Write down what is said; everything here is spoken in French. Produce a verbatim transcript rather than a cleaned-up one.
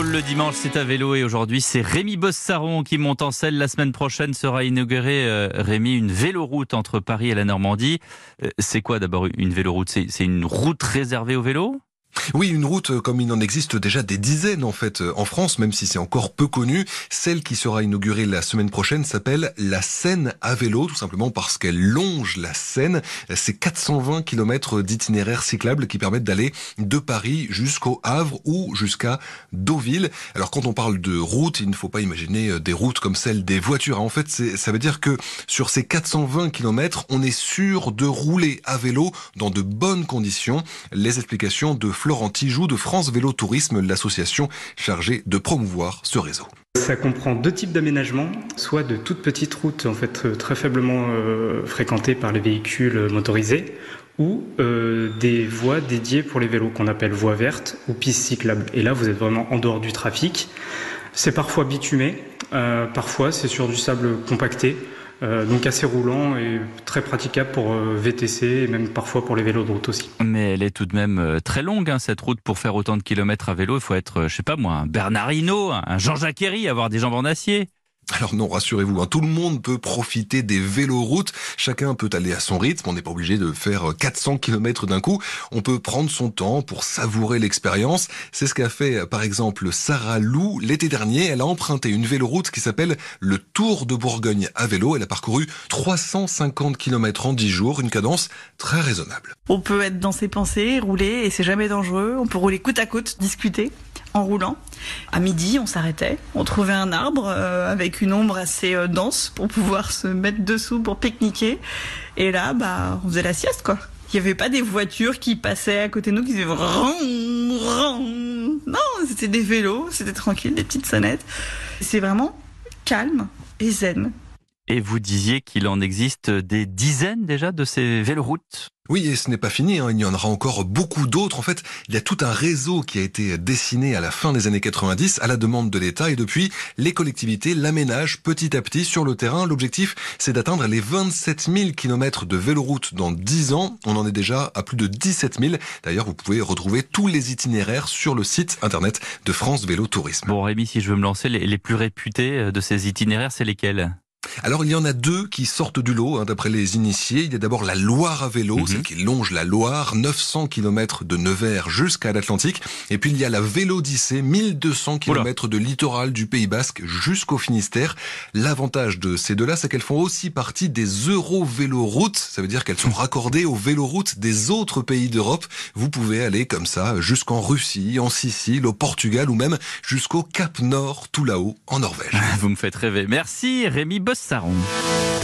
roule le dimanche, c'est à vélo et aujourd'hui c'est Rémi Bossaron qui monte en selle. La semaine prochaine sera inaugurée, euh, Rémi, une véloroute entre Paris et la Normandie. Euh, c'est quoi d'abord une véloroute? c'est, c'est une route réservée aux vélos? Oui, une route comme il en existe déjà des dizaines en fait en France, même si c'est encore peu connu. Celle qui sera inaugurée la semaine prochaine s'appelle la Seine à vélo, tout simplement parce qu'elle longe la Seine. C'est quatre cent vingt kilomètres d'itinéraires cyclables qui permettent d'aller de Paris jusqu'au Havre ou jusqu'à Deauville. Alors quand on parle de route, il ne faut pas imaginer des routes comme celles des voitures. En fait, c'est, ça veut dire que sur ces quatre cent vingt kilomètres, on est sûr de rouler à vélo dans de bonnes conditions. Les explications de Florent Tijoux de France Vélo Tourisme, l'association chargée de promouvoir ce réseau. Ça comprend deux types d'aménagements, soit de toutes petites routes en fait très faiblement euh, fréquentées par les véhicules motorisés, ou euh, des voies dédiées pour les vélos qu'on appelle voies vertes ou pistes cyclables. Et là, vous êtes vraiment en dehors du trafic. C'est parfois bitumé, euh, parfois c'est sur du sable compacté. Euh, donc assez roulant et très praticable pour euh, V T C et même parfois pour les vélos de route aussi. Mais elle est tout de même euh, très longue, hein, cette route. Pour faire autant de kilomètres à vélo, il faut être, euh, je sais pas moi, un Bernard Hinault, un Jean-Jacques Herry, avoir des jambes en acier. Alors non, rassurez-vous, hein, tout le monde peut profiter des véloroutes. Chacun peut aller à son rythme. On n'est pas obligé de faire quatre cents kilomètres d'un coup. On peut prendre son temps pour savourer l'expérience. C'est ce qu'a fait, par exemple, Sarah Lou. L'été dernier, elle a emprunté une véloroute qui s'appelle le Tour de Bourgogne à vélo. Elle a parcouru trois cent cinquante kilomètres en dix jours, une cadence très raisonnable. On peut être dans ses pensées, rouler, et c'est jamais dangereux. On peut rouler côte à côte, discuter en roulant. À midi, on s'arrêtait, on trouvait un arbre euh, avec une ombre assez euh, dense pour pouvoir se mettre dessous pour pique-niquer. Et là, bah, on faisait la sieste, quoi. Il n'y avait pas des voitures qui passaient à côté de nous qui faisaient vrang, vrang. Non, c'était des vélos, c'était tranquille, des petites sonnettes. C'est vraiment calme et zen. Et vous disiez qu'il en existe des dizaines déjà de ces véloroutes? Oui, et ce n'est pas fini, hein. Il y en aura encore beaucoup d'autres. En fait, il y a tout un réseau qui a été dessiné à la fin des années quatre-vingt-dix à la demande de l'État et depuis, les collectivités l'aménagent petit à petit sur le terrain. L'objectif, c'est d'atteindre les vingt-sept mille kilomètres de véloroute dans dix ans. On en est déjà à plus de dix-sept mille. D'ailleurs, vous pouvez retrouver tous les itinéraires sur le site internet de France Vélo Tourisme. Bon, Rémi, si je veux me lancer, les, les plus réputés de ces itinéraires, c'est lesquels ? Alors il y en a deux qui sortent du lot, hein, d'après les initiés. Il y a d'abord la Loire à vélo, mmh. celle qui longe la Loire, neuf cents kilomètres de Nevers jusqu'à l'Atlantique. Et puis il y a la Vélodyssée, mille deux cents kilomètres de littoral du Pays Basque jusqu'au Finistère. L'avantage de ces deux-là, c'est qu'elles font aussi partie des Eurovéloroutes. Ça veut dire qu'elles sont raccordées aux véloroutes des autres pays d'Europe. Vous pouvez aller comme ça jusqu'en Russie, en Sicile, au Portugal ou même jusqu'au Cap Nord, tout là-haut, en Norvège. Vous me faites rêver. Merci Rémi Bossaron.